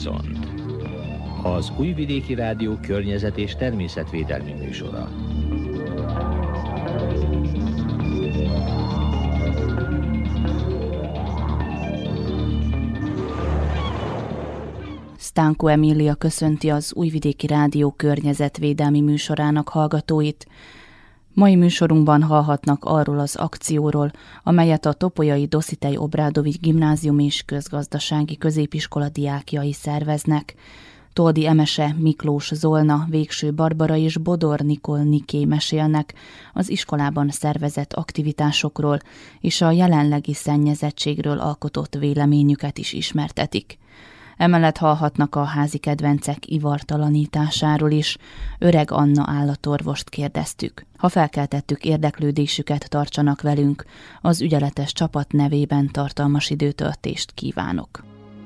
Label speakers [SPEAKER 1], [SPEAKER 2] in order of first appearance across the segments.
[SPEAKER 1] Horizont. Az Újvidéki Rádió környezet- és természetvédelmi műsora.
[SPEAKER 2] Stankó Emília köszönti az Újvidéki Rádió környezetvédelmi műsorának hallgatóit. Mai műsorunkban hallhatnak arról az akcióról, amelyet a Topolyai Dositej Obradovics Gimnázium és Közgazdasági Középiskola diákjai szerveznek. Toldi Emese, Miklós Zolna, Végső Barbara és Bodor Nikol Niké mesélnek az iskolában szervezett aktivitásokról, és a jelenlegi szennyezettségről alkotott véleményüket is ismertetik. Emellett hallhatnak a házi kedvencek ivartalanításáról is. Öreg Anna állatorvost kérdeztük. Ha felkeltettük érdeklődésüket, tartsanak velünk. Az ügyeletes csapat nevében tartalmas időtöltést kívánok.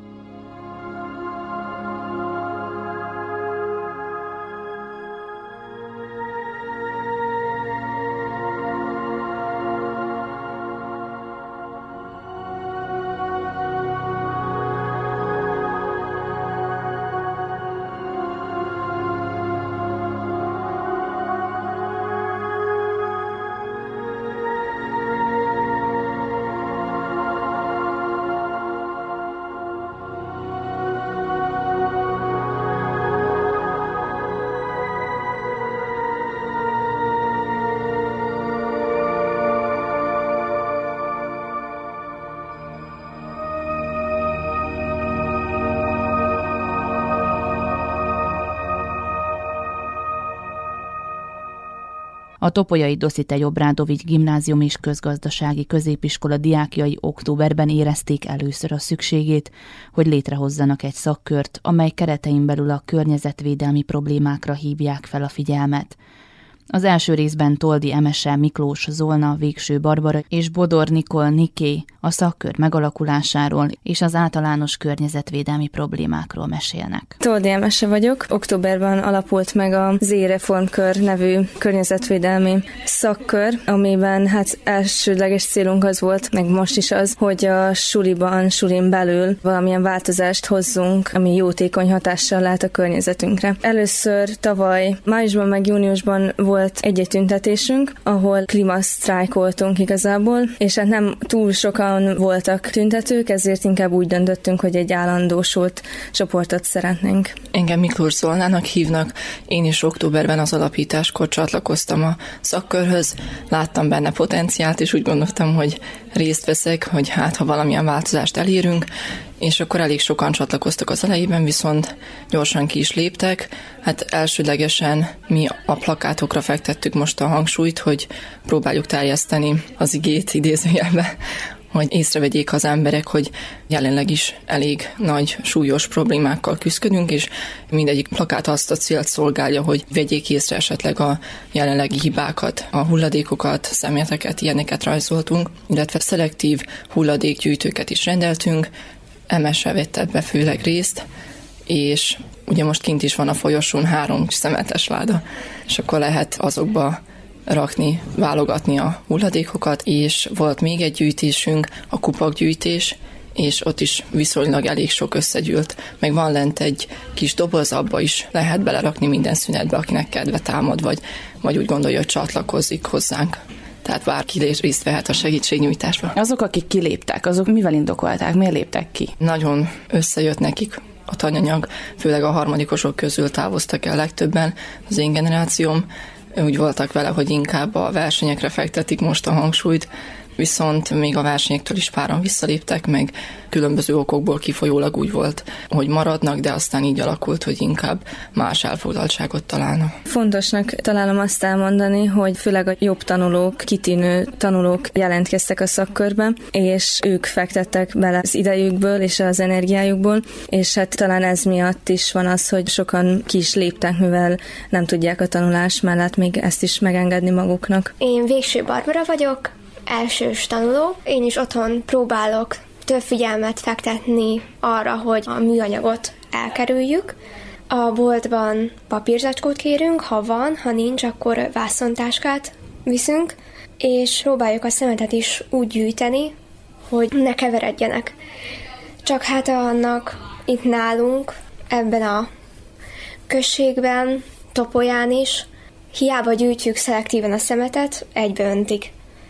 [SPEAKER 2] A Topolyai Dositej Obradovics Gimnázium és Közgazdasági Középiskola diákjai októberben érezték először a szükségét, hogy létrehozzanak egy szakkört, amely keretein belül a környezetvédelmi problémákra hívják fel a figyelmet. Az első részben Toldi Emese, Miklós Zolna, Végső Barbara és Bodor Nikol Niké a szakkör megalakulásáról és az általános környezetvédelmi problémákról mesélnek.
[SPEAKER 3] Toldi Emese vagyok. Októberben alapult meg a Z-reformkör nevű környezetvédelmi szakkör, amiben elsődleges célunk az volt, meg most is az, hogy a sulin belül valamilyen változást hozzunk, ami jótékony hatással lehet a környezetünkre. Először tavaly májusban meg júniusban volt egy tüntetésünk, ahol klímasztrájkoltunk igazából, és nem túl sokan voltak tüntetők, ezért inkább úgy döntöttünk, hogy egy állandósult csoportot szeretnénk.
[SPEAKER 4] Engem Miklós Zolnának hívnak, én is októberben az alapításkor csatlakoztam a szakkörhöz, láttam benne potenciált, és úgy gondoltam, hogy részt veszek, hogy ha valamilyen változást elérünk, és akkor elég sokan csatlakoztak az elejében, viszont gyorsan ki is léptek. Elsődlegesen mi a plakátokra fektettük most a hangsúlyt, hogy próbáljuk terjeszteni az igét idézőjelbe, hogy észrevegyék az emberek, hogy jelenleg is elég nagy, súlyos problémákkal küzdködünk, és mindegyik plakát azt a célt szolgálja, hogy vegyék észre esetleg a jelenlegi hibákat, a hulladékokat, szeméteket, ilyeneket rajzoltunk, illetve szelektív hulladékgyűjtőket is rendeltünk. Emese vett ebbe főleg részt, és ugye most kint is van a folyosón 3 szemetes láda, és akkor lehet azokba rakni, válogatni a hulladékokat, és volt még egy gyűjtésünk, a kupakgyűjtés, és ott is viszonylag elég sok összegyűlt, meg van lent egy kis doboz, abba is lehet belerakni minden szünetbe, akinek kedve támad, vagy úgy gondolja, hogy csatlakozik hozzánk. Tehát bárki részt vehet a segítségnyújtásban.
[SPEAKER 2] Azok, akik kiléptek, azok mivel indokolták? Miért léptek ki?
[SPEAKER 4] Nagyon összejött nekik a tananyag, főleg a harmadikosok közül távoztak el legtöbben, az én generációm. Úgy voltak vele, hogy inkább a versenyekre fektetik most a hangsúlyt, viszont még a versenyektől is páran visszaléptek, meg különböző okokból kifolyólag úgy volt, hogy maradnak, de aztán így alakult, hogy inkább más elfoglaltságot találnak.
[SPEAKER 3] Fontosnak találom azt elmondani, hogy főleg a jobb tanulók, kitűnő tanulók jelentkeztek a szakkörbe, és ők fektettek bele az idejükből és az energiájukból, és talán ez miatt is van az, hogy sokan ki is léptek, mivel nem tudják a tanulás mellett még ezt is megengedni maguknak.
[SPEAKER 5] Én Végső Barbara vagyok, elsős tanuló. Én is otthon próbálok több figyelmet fektetni arra, hogy a műanyagot elkerüljük. A boltban papírzacskót kérünk, ha van, ha nincs, akkor vászontáskát viszünk, és próbáljuk a szemetet is úgy gyűjteni, hogy ne keveredjenek. Csak annak itt nálunk, ebben a községben, Topolyán is, hiába gyűjtjük szelektíven a szemetet, egybeöntik.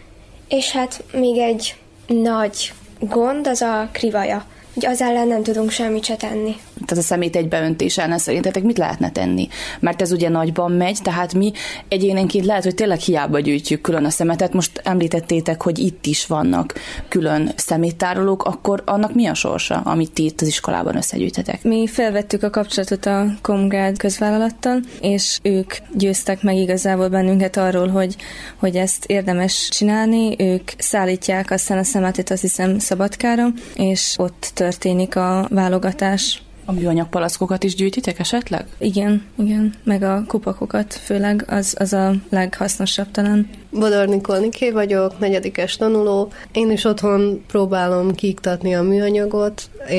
[SPEAKER 5] És hát még egy nagy gond az a krivaja. Ugye az ellen nem tudunk semmit se tenni.
[SPEAKER 2] Tehát a szemét egybeöntés ellen szerintetek mit lehetne tenni? Mert ez ugye nagyban megy, tehát mi egyénenként lehet, hogy tényleg hiába gyűjtjük külön a szemetet. Most említettétek, hogy itt is vannak külön szeméttárolók, akkor annak mi a sorsa, amit ti itt az iskolában összegyűjtetek?
[SPEAKER 3] Mi felvettük a kapcsolatot a Komgrád közvállalattal, és ők győztek meg igazából bennünket arról, hogy ezt érdemes csinálni. Ők szállítják aztán a szemetet, azt hiszem, Szabadkára, és ott történik a válogatás.
[SPEAKER 2] A műanyag palaszkokat is gyűjtitek esetleg?
[SPEAKER 3] Igen, meg a kupakokat főleg, az a leghasznosabb talán.
[SPEAKER 6] Bodor Nikolniké vagyok, 4. tanuló. Én is otthon próbálom kiiktatni a műanyagot,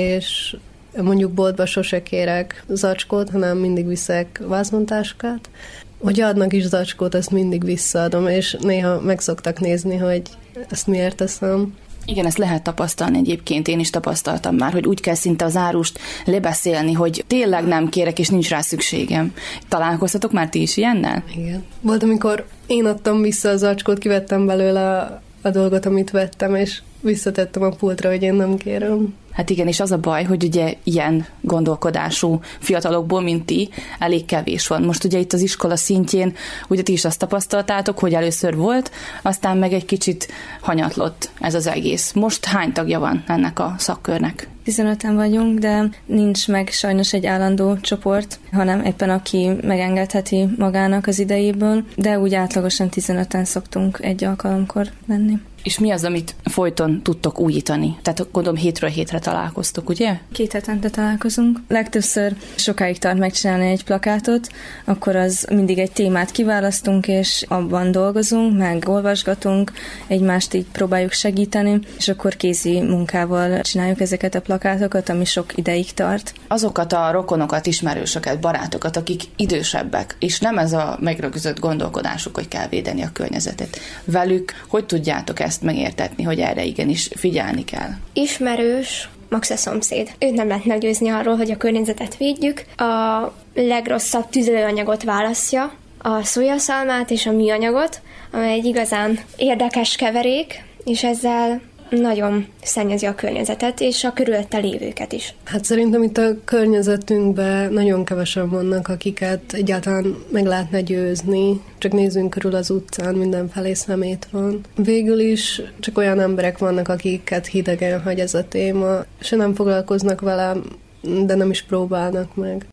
[SPEAKER 6] és mondjuk boltba sose kérek zacskót, hanem mindig viszek vászontáskát. Hogy adnak is zacskót, azt mindig visszaadom, és néha meg szoktak nézni, hogy ezt miért teszem.
[SPEAKER 2] Igen, ezt lehet tapasztalni egyébként, én is tapasztaltam már, hogy úgy kell szinte az árust lebeszélni, hogy tényleg nem kérek, és nincs rá szükségem. Találkoztatok már ti is ilyennel?
[SPEAKER 6] Igen. Volt, amikor én adtam vissza a zacskót, kivettem belőle a dolgot, amit vettem, és visszatettem a pultra, hogy én nem kérem.
[SPEAKER 2] Hát igen, és az a baj, hogy ugye ilyen gondolkodású fiatalokból, mint ti, elég kevés van. Most ugye itt az iskola szintjén, ugye ti is azt tapasztaltátok, hogy először volt, aztán meg egy kicsit hanyatlott ez az egész. Most hány tagja van ennek a szakkörnek?
[SPEAKER 3] 15-en vagyunk, de nincs meg sajnos egy állandó csoport, hanem éppen aki megengedheti magának az idejéből, de úgy átlagosan 15-en szoktunk egy alkalomkor lenni.
[SPEAKER 2] És mi az, amit folyton tudtok újítani? Tehát gondolom hétről hétre találkoztok, ugye?
[SPEAKER 3] 2 hetente találkozunk. Legtöbbször sokáig tart megcsinálni egy plakátot, akkor az mindig egy témát kiválasztunk, és abban dolgozunk, meg olvasgatunk, egymást így próbáljuk segíteni, és akkor kézi munkával csináljuk ezeket a plakátokat, ami sok ideig tart.
[SPEAKER 2] Azokat a rokonokat, ismerősöket, barátokat, akik idősebbek, és nem ez a megrögzött gondolkodásuk, hogy kell védeni a környezetet. Velük hogy tudjátok ezt megértetni, hogy erre igenis figyelni kell?
[SPEAKER 5] Ismerős, max a szomszéd. Őt nem lehet meggyőzni arról, hogy a környezetet védjük. A legrosszabb tüzelőanyagot választja, a szójaszalmát és a műanyagot, amely egy igazán érdekes keverék, és ezzel nagyon szennyezi a környezetet, és a körülötte lévőket is.
[SPEAKER 6] Hát szerintem itt a környezetünkben nagyon kevesen vannak, akiket egyáltalán meg lehetne győzni. Csak nézzünk körül az utcán, mindenfelé szemét van. Végül is csak olyan emberek vannak, akiket hidegen hagy ez a téma, se nem foglalkoznak vele, de nem is próbálnak meg.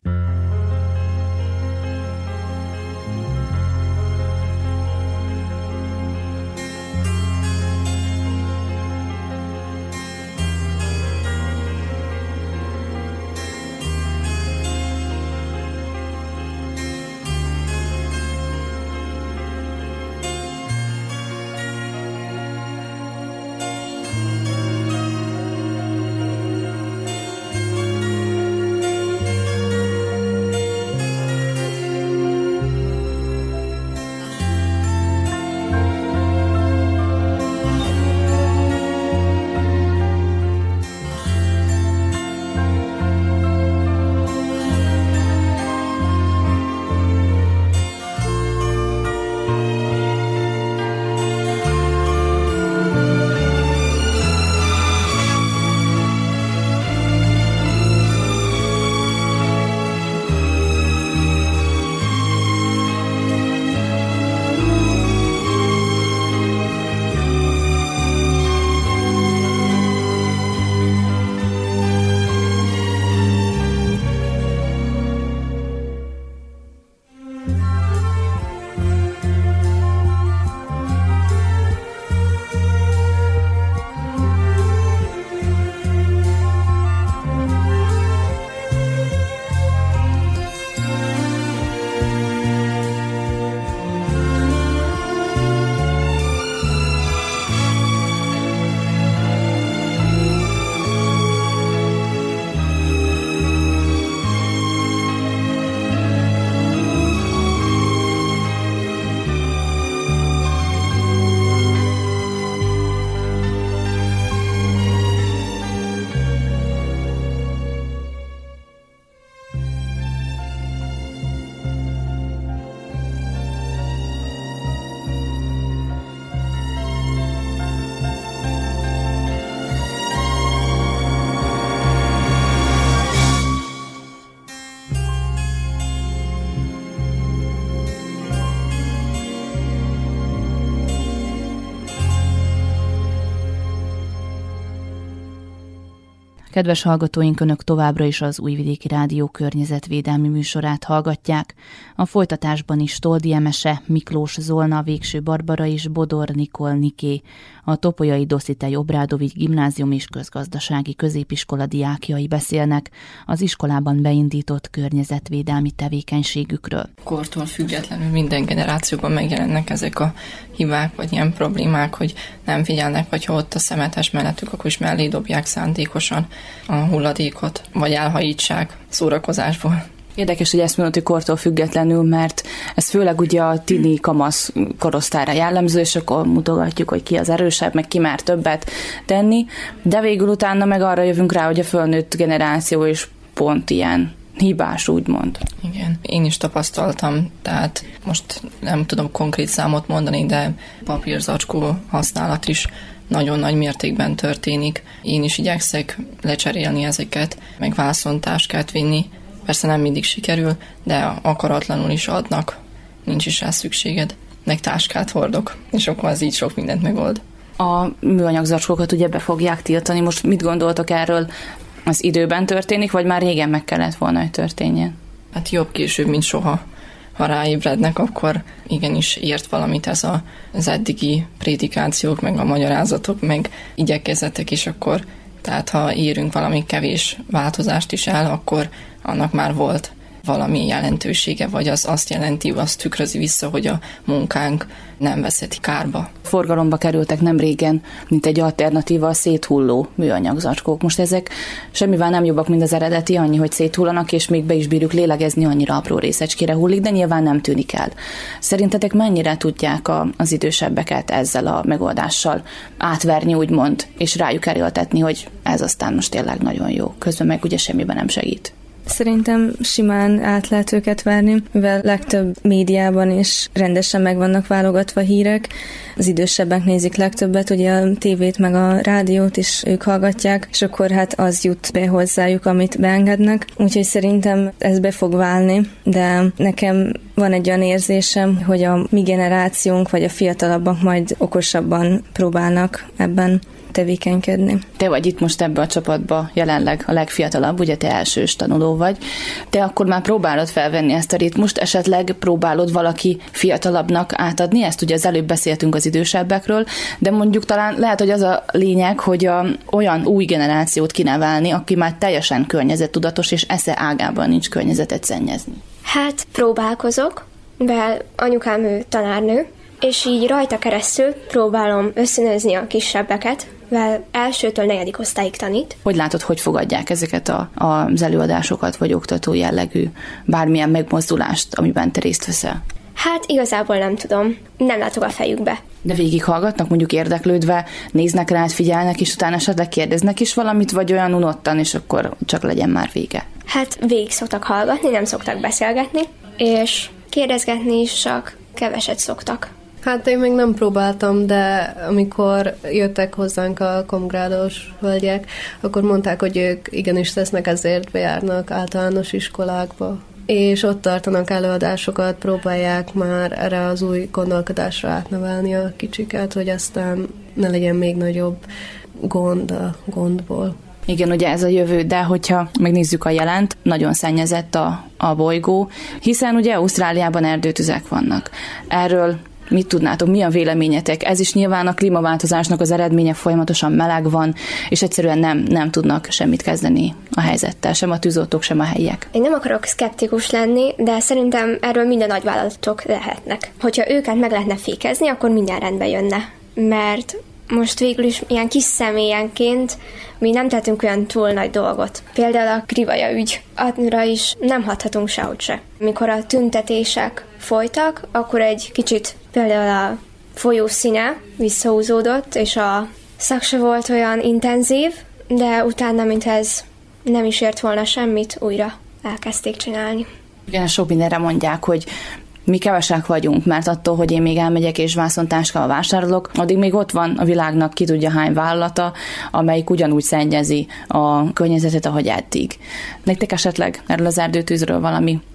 [SPEAKER 2] Kedves hallgatóink, Önök továbbra is az Újvidéki Rádió környezetvédelmi műsorát hallgatják. A folytatásban is Toldi Emese, Miklós Zolna, Végső Barbara és Bodor Nikol Niké, a Topolyai Dosszitej Obrádovics Gimnázium és Közgazdasági Középiskola diákjai beszélnek az iskolában beindított környezetvédelmi tevékenységükről.
[SPEAKER 4] Kortól függetlenül minden generációban megjelennek ezek a hibák, vagy ilyen problémák, hogy nem figyelnek, vagy ha ott a szemetes mellettük, akkor is mellé dobják szándékosan a hulladékot, vagy elhajítsák szórakozásból.
[SPEAKER 2] Érdekes, hogy ezt mondod, hogy kortól függetlenül, mert ez főleg ugye a tini kamasz korosztályra jellemző, és akkor mutogatjuk, hogy ki az erősebb, meg ki már többet tenni, de végül utána meg arra jövünk rá, hogy a fölnőtt generáció is pont ilyen hibás, úgymond.
[SPEAKER 4] Igen, én is tapasztaltam, tehát most nem tudom konkrét számot mondani, de papírzacskó használat is nagyon nagy mértékben történik. Én is igyekszek lecserélni ezeket, meg vászontáskát vinni. Persze nem mindig sikerül, de akaratlanul is adnak, nincs is rá szükséged. Meg táskát hordok, és akkor az így sok mindent megold.
[SPEAKER 2] A műanyag zacskókat ugye be fogják tiltani. Most mit gondoltok erről? Az időben történik, vagy már régen meg kellett volna, hogy történjen?
[SPEAKER 4] Hát jobb később, mint soha. Ha ráébrednek, akkor igenis ért valamit ez az eddigi prédikációk, meg a magyarázatok, meg igyekezetek is, akkor tehát ha érünk valami kevés változást is el, akkor annak már volt valami jelentősége, vagy az azt jelenti, azt tükrözi vissza, hogy a munkánk nem veszheti kárba.
[SPEAKER 2] Forgalomba kerültek nem régen, mint egy alternatíva a széthulló műanyag zacskók. Most ezek semmivel nem jobbak, mint az eredeti, annyi, hogy széthullanak, és még be is bírjuk lélegezni, annyira apró részecskére hullik, de nyilván nem tűnik el. Szerintetek mennyire tudják az idősebbeket ezzel a megoldással átverni, úgymond, és rájuk erőltetni, hogy ez aztán most tényleg nagyon jó. Közben meg ugye semmiben nem segít.
[SPEAKER 3] Szerintem simán át lehet őket verni, mivel legtöbb médiában is rendesen meg vannak válogatva hírek. Az idősebbek nézik legtöbbet, ugye a tévét meg a rádiót is ők hallgatják, és akkor hát az jut be hozzájuk, amit beengednek. Úgyhogy szerintem ez be fog válni, de nekem van egy olyan érzésem, hogy a mi generációnk vagy a fiatalabbak majd okosabban próbálnak ebben tevékenykedni.
[SPEAKER 2] Te vagy itt most ebbe a csapatba jelenleg a legfiatalabb, ugye te elsős tanuló vagy. Te akkor már próbálod felvenni ezt a ritmust, esetleg próbálod valaki fiatalabbnak átadni, ezt ugye az előbb beszéltünk az idősebbekről, de mondjuk talán lehet, hogy az a lényeg, hogy olyan új generációt kinevelni, aki már teljesen környezettudatos, és esze ágában nincs környezetet szennyezni.
[SPEAKER 5] Hát próbálkozok, mivel anyukám ő tanárnő, és így rajta keresztül próbálom ösztönözni a kisebbeket, mivel 1-től 4. osztályig tanít.
[SPEAKER 2] Hogy látod, hogy fogadják ezeket az előadásokat, vagy oktató jellegű bármilyen megmozdulást, amiben te részt veszel?
[SPEAKER 5] Hát igazából nem tudom, nem látok a fejükbe.
[SPEAKER 2] De végighallgatnak, mondjuk érdeklődve, néznek rád, figyelnek, és utána esetleg kérdeznek is valamit, vagy olyan unottan, és akkor csak legyen már vége?
[SPEAKER 5] Hát végig szoktak hallgatni, nem szoktak beszélgetni, és kérdezgetni is csak keveset szoktak.
[SPEAKER 6] Hát én még nem próbáltam, de amikor jöttek hozzánk a komgrádos hölgyek, akkor mondták, hogy ők igenis tesznek, ezért bejárnak általános iskolákba. És ott tartanak előadásokat, próbálják már erre az új gondolkodásra átnevelni a kicsiket, hogy aztán ne legyen még nagyobb gond a gondból.
[SPEAKER 2] Igen, ugye ez a jövő, de hogyha megnézzük a jelent, nagyon szennyezett a bolygó, hiszen ugye Ausztráliában erdőtüzek vannak. Erről mit tudnátok, mi a véleményetek? Ez is nyilván a klímaváltozásnak az eredménye, folyamatosan meleg van, és egyszerűen nem tudnak semmit kezdeni a helyzettel, sem a tűzoltók, sem a helyiek.
[SPEAKER 5] Én nem akarok szkeptikus lenni, de szerintem erről minden nagyvállalatok lehetnek. Hogyha őket meg lehetne fékezni, akkor minden rendbe jönne. Mert most végül is ilyen kis személyenként mi nem tettünk olyan túl nagy dolgot. Például a Krivaja ügy. Arra is nem hathatunk sehogy se. Mikor a tüntetések folytak, akkor egy kicsit például a folyó színe visszahúzódott, és a szak se volt olyan intenzív, de utána, mint ez nem is ért volna semmit, újra elkezdték csinálni.
[SPEAKER 2] Igen, sok mindenre mondják, hogy mi kevesek vagyunk, mert attól, hogy én még elmegyek és vászontáskával vásárolok, addig még ott van a világnak ki tudja hány vállalata, amelyik ugyanúgy szennyezi a környezetet, ahogy eddig. Nektek esetleg erről az erdőtűzről valami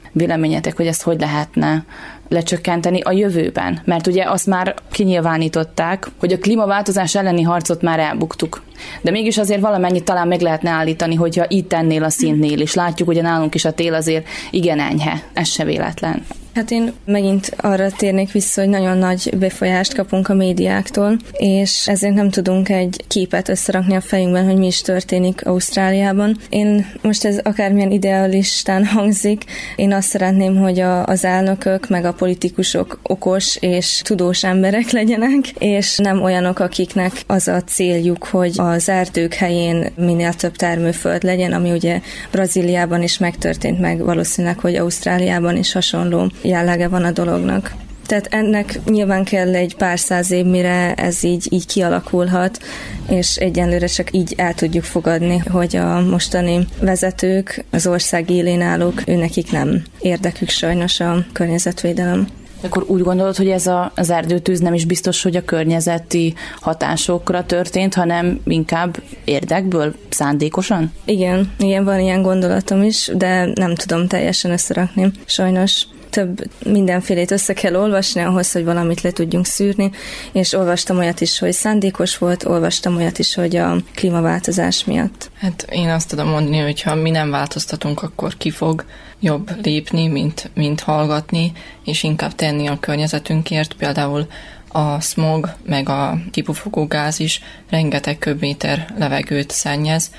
[SPEAKER 2] véleményetek, hogy ezt hogy lehetne lecsökkenteni a jövőben? Mert ugye azt már kinyilvánították, hogy a klímaváltozás elleni harcot már elbuktuk. De mégis azért valamennyit talán meg lehetne állítani, hogyha itt ennél a szintnél is. Látjuk, hogy nálunk is a tél azért igen enyhe. Ez se véletlen.
[SPEAKER 3] Hát én megint arra térnék vissza, hogy nagyon nagy befolyást kapunk a médiáktól, és ezért nem tudunk egy képet összerakni a fejünkben, hogy mi is történik Ausztráliában. Én most ez akármilyen idealistán hangzik, én azt szeretném, hogy az elnökök meg a politikusok okos és tudós emberek legyenek, és nem olyanok, akiknek az a céljuk, hogy az erdők helyén minél több termőföld legyen, ami ugye Brazíliában is megtörtént, meg valószínűleg, hogy Ausztráliában is hasonló jellege van a dolognak. Tehát ennek nyilván kell egy pár száz év, mire ez így kialakulhat, és egyenlőre csak így el tudjuk fogadni, hogy a mostani vezetők, az ország élén állók, őnekik nem érdekük sajnos a környezetvédelem.
[SPEAKER 2] Akkor úgy gondolod, hogy ez az erdőtűz nem is biztos, hogy a környezeti hatásokra történt, hanem inkább érdekből, szándékosan?
[SPEAKER 3] Igen, van ilyen gondolatom is, de nem tudom teljesen összerakni. Sajnos több mindenfélét össze kell olvasni ahhoz, hogy valamit le tudjunk szűrni, és olvastam olyat is, hogy szándékos volt, olvastam olyat is, hogy a klímaváltozás miatt.
[SPEAKER 4] Hát én azt tudom mondani, hogy ha mi nem változtatunk, akkor ki fog jobb lépni, mint hallgatni, és inkább tenni a környezetünkért. Például a smog, meg a kipufogó gáz is rengeteg köbméter levegőt szennyez.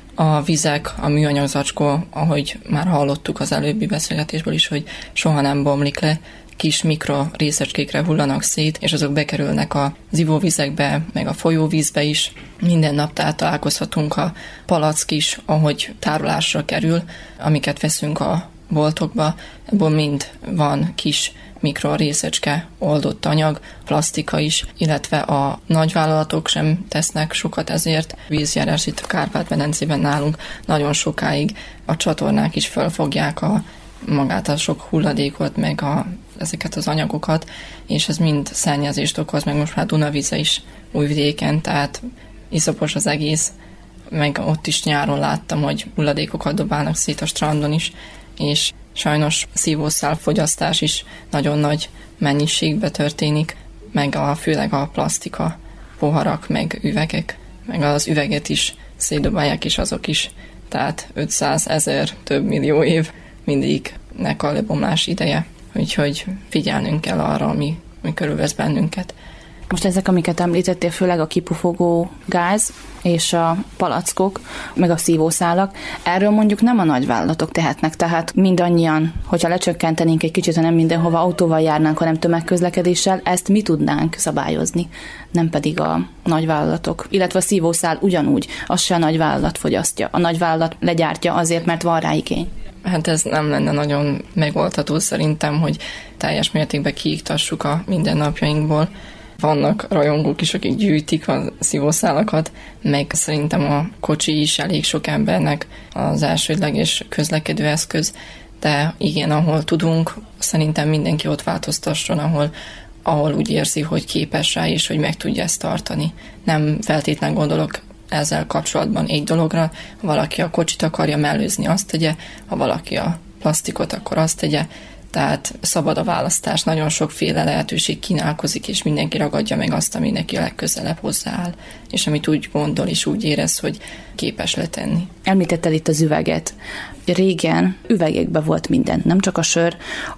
[SPEAKER 4] A vizek, a műanyag zacskó, ahogy már hallottuk az előbbi beszélgetésből is, hogy soha nem bomlik le, kis mikro részecskékre hullanak szét, és azok bekerülnek az ivóvizekbe, meg a folyóvízbe is. Minden nap tehát találkozhatunk a palack is, ahogy tárolásra kerül, amiket veszünk a boltokba, ebből mind van kis mikrorészecske oldott anyag, plastika is, illetve a nagyvállalatok sem tesznek sokat ezért. Vízjárás itt a Kárpát-medencében nálunk nagyon sokáig a csatornák is felfogják magát a sok hulladékot, meg ezeket az anyagokat, és ez mind szennyezést okoz, meg most már Dunavíze is Újvidéken, tehát iszapos az egész, meg ott is nyáron láttam, hogy hulladékokat dobálnak szét a strandon is, és sajnos szívószálfogyasztás is nagyon nagy mennyiségbe történik, meg főleg a plastika poharak, meg üvegek, meg az üveget is szétdobálják, és azok is, tehát 500 000, több millió év mindig nek a lebomlás ideje, úgyhogy figyelnünk kell arra, ami körülvesz bennünket.
[SPEAKER 2] Most ezek, amiket említettél, főleg a kipufogó gáz és a palackok, meg a szívószálak, erről mondjuk nem a nagyvállalatok tehetnek, tehát mindannyian, hogyha lecsökkentenénk egy kicsit, ha nem mindenhova autóval járnánk, hanem tömegközlekedéssel, ezt mi tudnánk szabályozni, nem pedig a nagyvállalatok. Illetve a szívószál ugyanúgy, azt se a nagyvállalat fogyasztja. A nagyvállalat legyártja azért, mert van rá igény.
[SPEAKER 4] Hát ez nem lenne nagyon megoldható szerintem, hogy teljes mértékben kiiktassuk a mindennapjainkból. Vannak rajongók is, akik gyűjtik a szívószálakat, meg szerintem a kocsi is elég sok embernek az elsődleges közlekedőeszköz, de igen, ahol tudunk, szerintem mindenki ott változtasson, ahol úgy érzi, hogy képes rá, és hogy meg tudja ezt tartani. Nem feltétlenül gondolok ezzel kapcsolatban egy dologra, ha valaki a kocsit akarja mellőzni, azt tegye, ha valaki a plastikot, akkor azt tegye. Tehát szabad a választás, nagyon sokféle lehetőség kínálkozik, és mindenki ragadja meg azt, ami neki a legközelebb hozzááll, és amit úgy gondol és úgy érez, hogy képes letenni.
[SPEAKER 2] Említetted itt az üveget. Régen üvegekbe volt minden, nem csak a sör,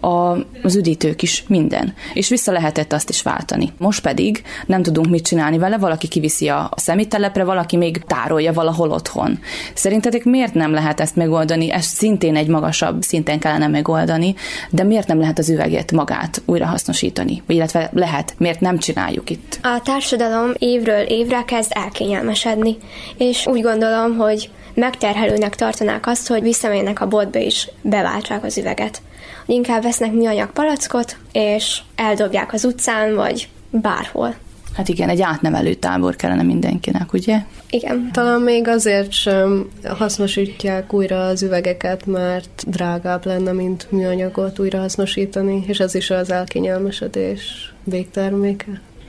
[SPEAKER 2] az üdítők is, minden. És vissza lehetett azt is váltani. Most pedig nem tudunk mit csinálni vele, valaki kiviszi a szeméttelepre, valaki még tárolja valahol otthon. Szerintetek miért nem lehet ezt megoldani? Ezt szintén egy magasabb szinten kellene megoldani, de miért nem lehet az üveget magát újrahasznosítani? Illetve lehet, miért nem csináljuk itt?
[SPEAKER 5] A társadalom évről évre kezd elkényelmesedni, és úgy gondolom, hogy megterhelőnek tartanák azt, hogy visszamenjenek a boltba és beváltsák az üveget. Inkább vesznek műanyag palackot, és eldobják az utcán, vagy bárhol.
[SPEAKER 2] Hát igen, egy átnevelő tábor kellene mindenkinek, ugye?
[SPEAKER 5] Igen.
[SPEAKER 6] Talán még azért sem hasznosítják újra az üvegeket, mert drágább lenne, mint műanyagot újra hasznosítani, és ez is az elkényelmesedés végterméke.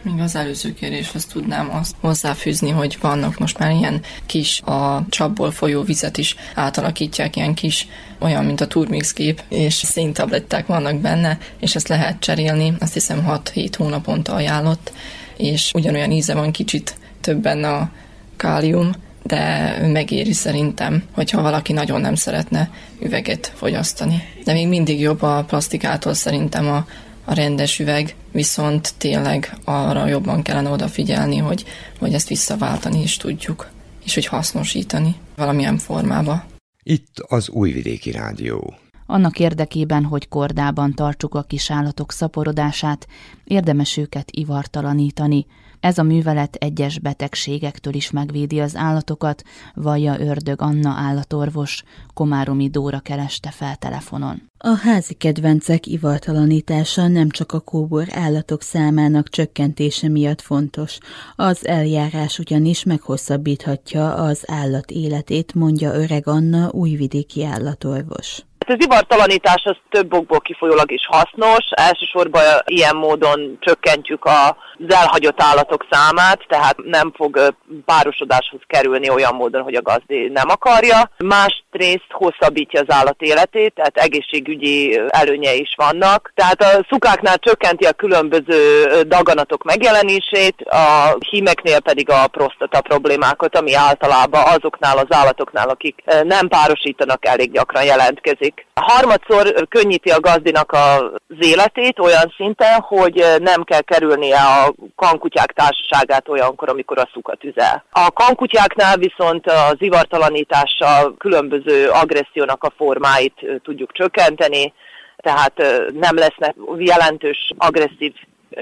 [SPEAKER 4] Még az előző kéréshez tudnám azt hozzáfűzni, hogy vannak most már ilyen kis, a csapból folyó vizet is átalakítják, ilyen kis, olyan, mint a Turmix gép, és széntabletták vannak benne, és ezt lehet cserélni, azt hiszem 6-7 hónaponta ajánlott, és ugyanolyan íze van, kicsit több benne a kálium, de megéri szerintem, hogyha valaki nagyon nem szeretne üveget fogyasztani. De még mindig jobb a plastikától szerintem a rendes üveg, viszont tényleg arra jobban kellene odafigyelni, hogy ezt visszaváltani is tudjuk, és hogy hasznosítani valamilyen formába.
[SPEAKER 7] Itt az Újvidéki Rádió.
[SPEAKER 2] Annak érdekében, hogy kordában tartsuk a kisállatok szaporodását, érdemes őket ivartalanítani. Ez a művelet egyes betegségektől is megvédi az állatokat, vallja Ördög Anna állatorvos, Komáromi Dóra kereste fel telefonon.
[SPEAKER 8] A házi kedvencek ivartalanítása nem csak a kóbor állatok számának csökkentése miatt fontos. Az eljárás ugyanis meghosszabbíthatja az állat életét, mondja Öreg Anna, újvidéki állatorvos.
[SPEAKER 9] Az ivartalanítás az több okból kifolyólag is hasznos, elsősorban ilyen módon csökkentjük az elhagyott állatok számát, tehát nem fog párosodáshoz kerülni olyan módon, hogy a gazdi nem akarja. Másrészt hosszabbítja az állat életét, tehát egészségügyi előnyei is vannak. Tehát a szukáknál csökkenti a különböző daganatok megjelenését, a hímeknél pedig a prostata problémákat, ami általában azoknál az állatoknál, akik nem párosítanak, elég gyakran jelentkezik. Harmadszor könnyíti a gazdinak az életét olyan szinten, hogy nem kell kerülnie a kankutyák társaságát olyankor, amikor a szuka tüzel. A kankutyáknál viszont az ivartalanítással különböző agressziónak a formáit tudjuk csökkenteni, tehát nem lesznek jelentős agresszív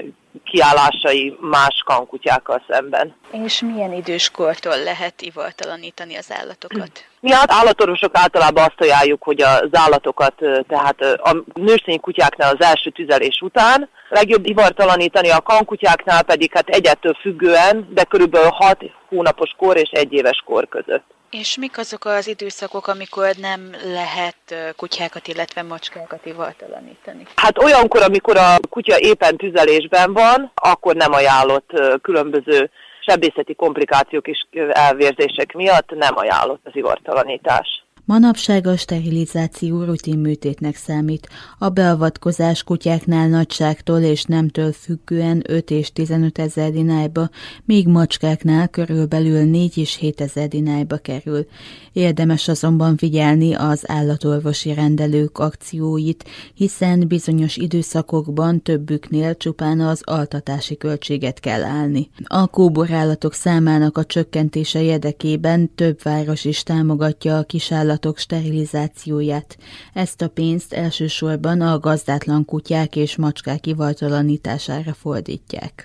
[SPEAKER 9] kiállásai más kankutyákkal szemben.
[SPEAKER 10] És milyen időskortól lehet ivartalanítani az állatokat?
[SPEAKER 9] Mi állatorvosok általában azt ajánljuk, hogy az állatokat, tehát a nőstény kutyáknál az első tüzelés után, legjobb ivartalanítani, a kankutyáknál pedig egyettől függően, de körülbelül 6 hónapos kor és 1 éves kor között.
[SPEAKER 10] És mik azok az időszakok, amikor nem lehet kutyákat, illetve macskákat ivartalanítani? Hát
[SPEAKER 9] olyankor, amikor a kutya éppen tüzelésben van, akkor nem ajánlott különböző sebészeti komplikációk és elvérzések miatt nem ajánlott az ivartalanítás.
[SPEAKER 8] Manapság a sterilizáció rutinműtétnek számít. A beavatkozás kutyáknál nagyságtól és nemtől függően 5 és 15 ezer dinárba, míg macskáknál körülbelül 4 és 7 ezer dinárba kerül. Érdemes azonban figyelni az állatorvosi rendelők akcióit, hiszen bizonyos időszakokban többüknél csupán az altatási költséget kell állni. A kóborállatok számának a csökkentése érdekében több város is támogatja a kisállatok sterilizációját. Ezt a pénzt elsősorban a gazdátlan kutyák és macskák ivartalanítására fordítják.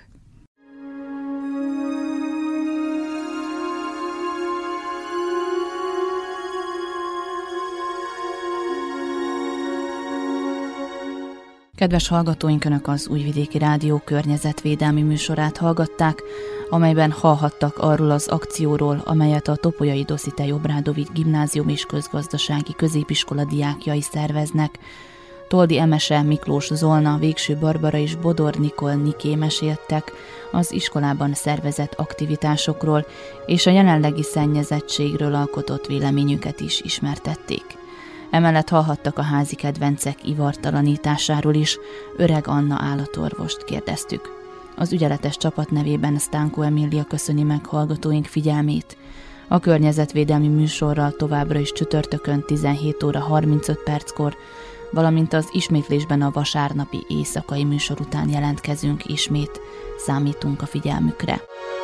[SPEAKER 2] Kedves hallgatóink, Önök az Újvidéki Rádió környezetvédelmi műsorát hallgatták, amelyben hallhattak arról az akcióról, amelyet a Topolyai Dosszitej Obrádovics Gimnázium és Közgazdasági Középiskola diákjai szerveznek. Toldi Emese, Miklós Zolna, Végső Barbara és Bodor Nikol Niké meséltek az iskolában szervezett aktivitásokról, és a jelenlegi szennyezettségről alkotott véleményüket is ismertették. Emellett hallhattak a házi kedvencek ivartalanításáról is, Öreg Anna állatorvost kérdeztük. Az ügyeletes csapat nevében Sztánko Emília köszöni meg hallgatóink figyelmét. A környezetvédelmi műsorral továbbra is csütörtökön 17 óra 35 perckor, valamint az ismétlésben a vasárnapi éjszakai műsor után jelentkezünk ismét. Számítunk a figyelmükre.